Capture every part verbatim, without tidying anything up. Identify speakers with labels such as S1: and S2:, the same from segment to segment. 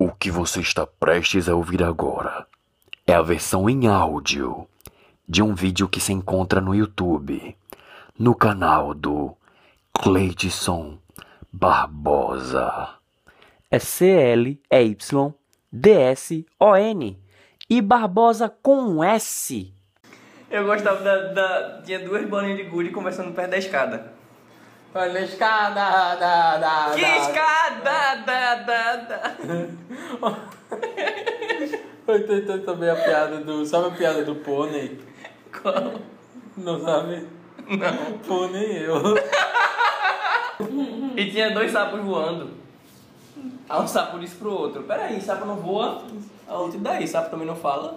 S1: O que você está prestes a ouvir agora é a versão em áudio de um vídeo que se encontra no YouTube, no canal do Cleidson Barbosa. É C L E Y D S O N e Barbosa com um S.
S2: Eu gostava da, da... Tinha duas bolinhas de gude conversando perto da escada.
S3: Olha a escada, da, da,
S2: Que
S3: da.
S2: escada, da, da, da.
S3: Eu tentei também a piada do... Sabe a piada do pônei?
S2: Qual?
S3: Não sabe?
S2: Não.
S3: Pônei eu.
S2: E tinha dois sapos voando. Aí um sapo disse pro outro: peraí, sapo não voa? A outro, e daí? Sapo também não fala?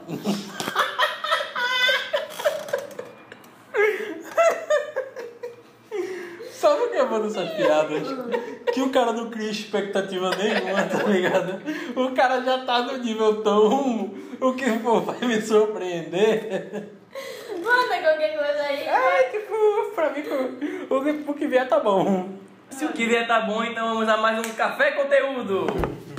S3: Sabe o que é bom dessas piadas? Que o cara não cria expectativa nenhuma, tá ligado? O cara já tá no nível tão... O que for vai me surpreender.
S4: Manda qualquer coisa aí.
S3: É, tipo, pra mim, o que, o que vier tá bom.
S2: Se o que vier tá bom, então vamos a mais um Café Conteúdo.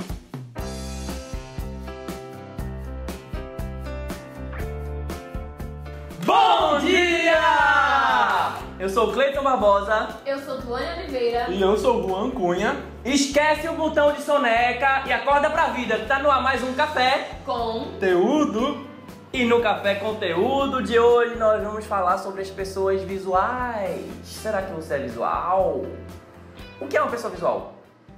S2: Bom dia! Eu sou o Cleidson Barbosa.
S4: Eu sou Tuane Oliveira.
S3: E eu sou o Juan Cunha.
S2: Esquece o botão de soneca e acorda pra vida, que tá no ar mais um café.
S4: Com
S3: Conteúdo.
S2: E no Café Conteúdo de hoje nós vamos falar sobre as pessoas visuais. Será que você é visual? O que é uma pessoa visual?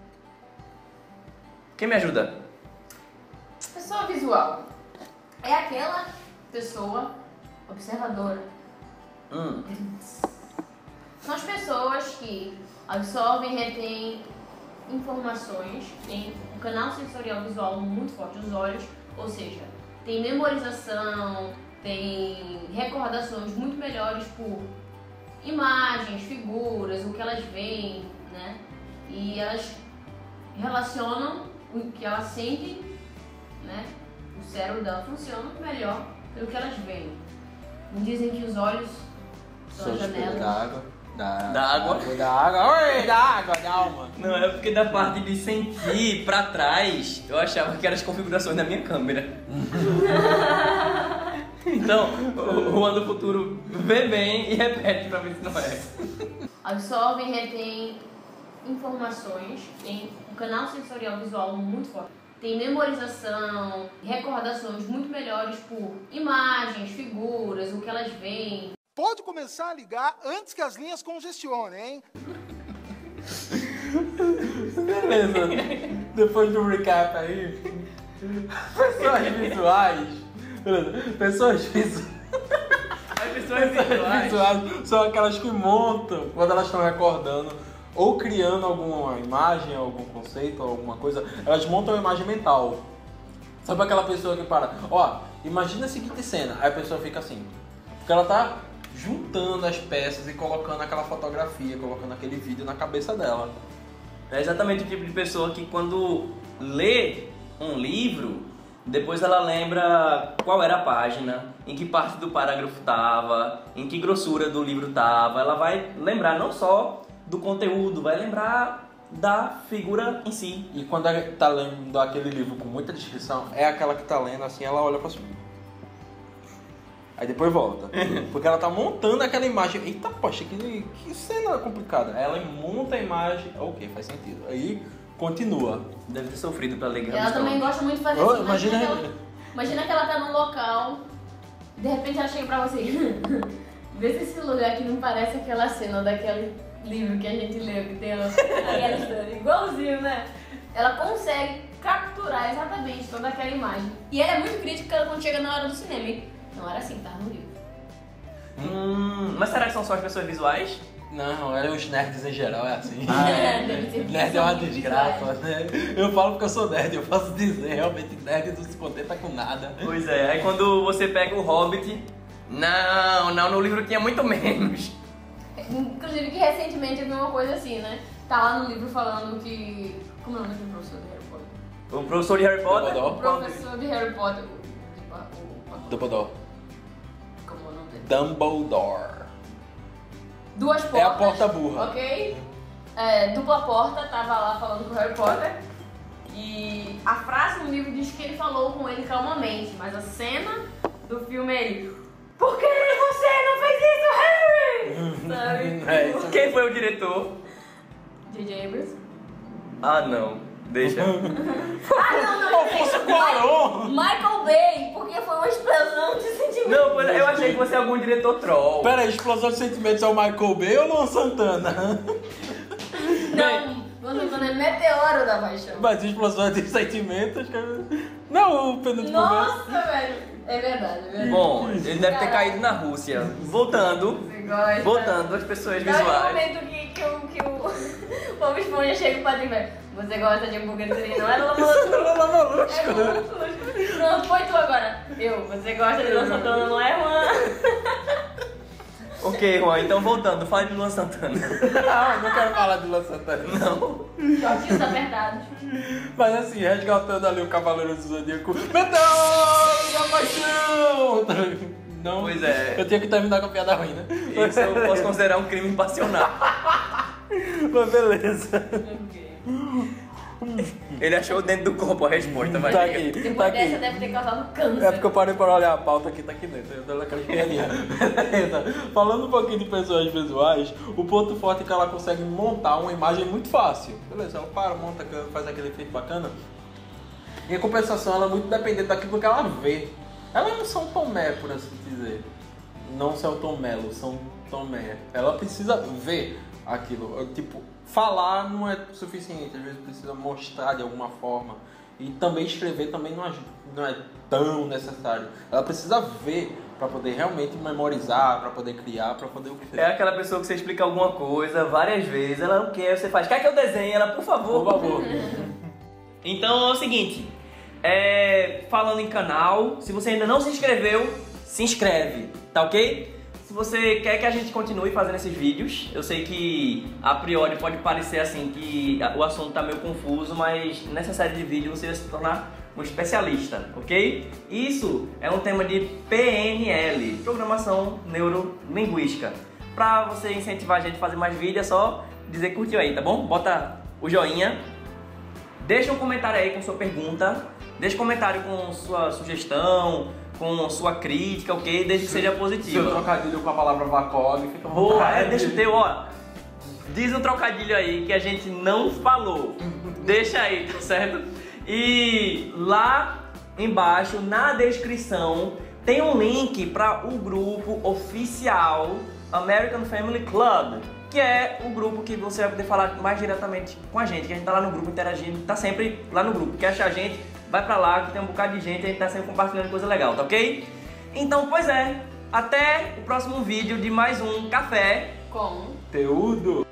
S2: Quem me ajuda?
S4: pessoa visual. É aquela pessoa observadora.
S2: Hum.
S4: São as pessoas que absorvem e retêm informações, têm um canal sensorial visual muito forte nos olhos, ou seja, tem memorização, tem recordações muito melhores por imagens, figuras, o que elas veem, né? E elas relacionam o que elas sentem, né? O cérebro dela funciona melhor pelo que elas veem. Dizem que os olhos são as janelas.
S3: Da água. Da,
S2: Da água.
S3: Da água. Oi, da água, da alma.
S2: Não, é porque da parte de sentir pra trás, eu achava que eram as configurações da minha câmera. Então, o Juan do futuro vê bem e repete pra ver se não é.
S4: Absorvem e retêm informações, tem um canal sensorial visual muito forte. Tem memorização, recordações muito melhores por imagens, figuras, o que elas veem.
S5: Pode começar a ligar antes que as linhas congestionem, hein?
S3: Beleza. Depois do recap aí. Pessoas visuais. Beleza. Pessoas visuais.
S2: As pessoas visuais.
S3: visuais são aquelas que montam quando elas estão recordando ou criando alguma imagem, algum conceito, alguma coisa. Elas montam uma imagem mental. Sabe aquela pessoa que para, ó, imagina a seguinte cena. Aí a pessoa fica assim. Porque ela tá juntando as peças e colocando aquela fotografia, colocando aquele vídeo na cabeça dela.
S2: É exatamente o tipo de pessoa que quando lê um livro, depois ela lembra qual era a página, em que parte do parágrafo estava, em que grossura do livro estava. Ela vai lembrar não só do conteúdo, vai lembrar da figura em si.
S3: E quando ela tá lendo aquele livro com muita descrição, é aquela que tá lendo assim, ela olha pra cima. Aí depois volta. Porque ela tá montando aquela imagem. Eita, poxa, que, que cena complicada. Aí ela monta a imagem. Ok, faz sentido. Aí continua.
S2: Deve ter sofrido pra ler
S4: E
S2: Game
S4: ela
S2: of
S4: também
S2: Thrones.
S4: gosta muito de fazer
S3: Oh,
S4: assim. Imagina,
S3: imagina-
S4: que ela, imagina que ela tá num local, de repente ela chega pra você. Vê se esse lugar aqui não parece aquela cena daquele livro que a gente leu, que tem aquela história. Igualzinho, né? Ela consegue capturar exatamente toda aquela imagem. E ela é muito crítica quando chega na hora do cinema, hein? Não era assim, tava no livro.
S2: Hum, mas será que são só as pessoas visuais?
S3: Não, é os nerds em geral, é assim.
S4: É, deve ser
S3: Nerd é uma
S4: visuais.
S3: desgraça, né? Eu falo porque eu sou nerd, eu posso dizer, realmente nerd não se contenta com nada.
S2: Pois é, aí quando você pega o Hobbit, não, não, no livro tinha muito menos.
S4: Inclusive que recentemente eu vi uma coisa assim, né? Tá lá no livro falando que... Como é o nome do professor de Harry Potter?
S2: O professor de Harry Potter...
S3: Dumbledore.
S4: O professor de Harry Potter... O, o, o,
S3: Dumbledore.
S4: como é o nome dele?
S3: Dumbledore.
S4: Duas portas.
S3: É a porta burra.
S4: Ok? É, dupla porta, tava lá falando com o Harry Potter. E a frase no livro diz que ele falou com ele calmamente, mas a cena do filme é ele: por que você não fez isso, Harry? Sabe?
S3: É, isso
S2: Quem foi o diretor?
S4: J J Abrams.
S2: Ah, não. Deixa.
S4: Ah, não, não,
S3: Alfonso Cuarón.
S4: Michael Bay, porque foi uma explosão de sentimentos.
S2: Não, pois eu achei que você é algum diretor troll.
S3: Pera aí, Explosão de Sentimentos é o Michael Bay ou o Luan Santana?
S4: Não, Luan Santana é Meteoro da Paixão.
S3: Mas Explosão de Sentimentos... cara. Não, o penúltimo
S4: Nossa, velho. É verdade, é verdade.
S2: Bom, ele deve ter caído na Rússia. Voltando.
S4: Você gosta.
S2: Voltando às pessoas
S4: Dá um
S2: visuais.
S4: momento que, que, o, que o, o Bob Esponja chega e fala assim: você gosta de hambúrguer de siri, não é Lula Molusco?
S3: Lula Molusco.
S4: É Lula Molusco. Pronto, foi tu agora. Eu, você gosta de Luan Santana, não é, Juan?
S2: Ok, Juan, então voltando, fala de Luan Santana.
S3: Não, não quero falar de Luan Santana.
S2: Não.
S4: Shortinhos apertados.
S3: Mas assim, resgatando ali o Cavaleiro do Zodíaco. Meteoro da Paixão! Não,
S2: Pois é.
S3: Eu tinha que terminar com a piada ruim, né?
S2: Isso eu posso considerar um crime passional.
S3: Mas beleza.
S2: Ele achou dentro do corpo a resposta, mas
S3: Tá
S2: diga.
S3: aqui, tá
S4: Depois dessa
S3: aqui.
S4: deve ter causado câncer.
S3: É porque eu parei para olhar a pauta que tá aqui dentro, eu dou aquela piadinha. Beleza. Falando um pouquinho de pessoas visuais, o ponto forte é que ela consegue montar uma imagem muito fácil. Beleza, ela para, monta, faz aquele efeito bacana. E a compensação, ela é muito dependente daquilo que ela vê. Elas não são Tomé, por assim dizer. Não são Tomelo, são Tomé. Ela precisa ver aquilo. Tipo, falar não é suficiente, às vezes precisa mostrar de alguma forma. E também escrever também não é, não é tão necessário. Ela precisa ver para poder realmente memorizar, para poder criar, para poder o que
S2: É aquela pessoa que você explica alguma coisa várias vezes, ela não quer, você faz, quer que eu desenhe? Ela, por favor.
S3: Por favor.
S2: Então é o seguinte, é, falando em canal, se você ainda não se inscreveu, se inscreve, tá ok? Se você quer que a gente continue fazendo esses vídeos, eu sei que a priori pode parecer assim que o assunto tá meio confuso, mas nessa série de vídeos você vai se tornar um especialista, ok? Isso é um tema de P N L, Programação Neurolinguística. Pra você incentivar a gente a fazer mais vídeos, é só dizer que curtiu aí, tá bom? Bota o joinha, deixa um comentário aí com sua pergunta, deixa um comentário com sua sugestão, com sua crítica, ok? Desde que seja
S3: Seu
S2: positiva.
S3: trocadilho com a palavra vacog, fica à
S2: Boa,
S3: vontade.
S2: é, deixa o teu, ó. Diz um trocadilho aí que a gente não falou. Deixa aí, tá certo? E lá embaixo, na descrição, tem um link para o grupo oficial American Family Club, que é o grupo que você vai poder falar mais diretamente com a gente, que a gente tá lá no grupo interagindo, tá sempre lá no grupo. Quer achar a gente? Vai pra lá, que tem um bocado de gente, a gente tá sempre compartilhando coisa legal, tá ok? Então, pois é, até o próximo vídeo de mais um Café
S4: Com
S3: Conteúdo.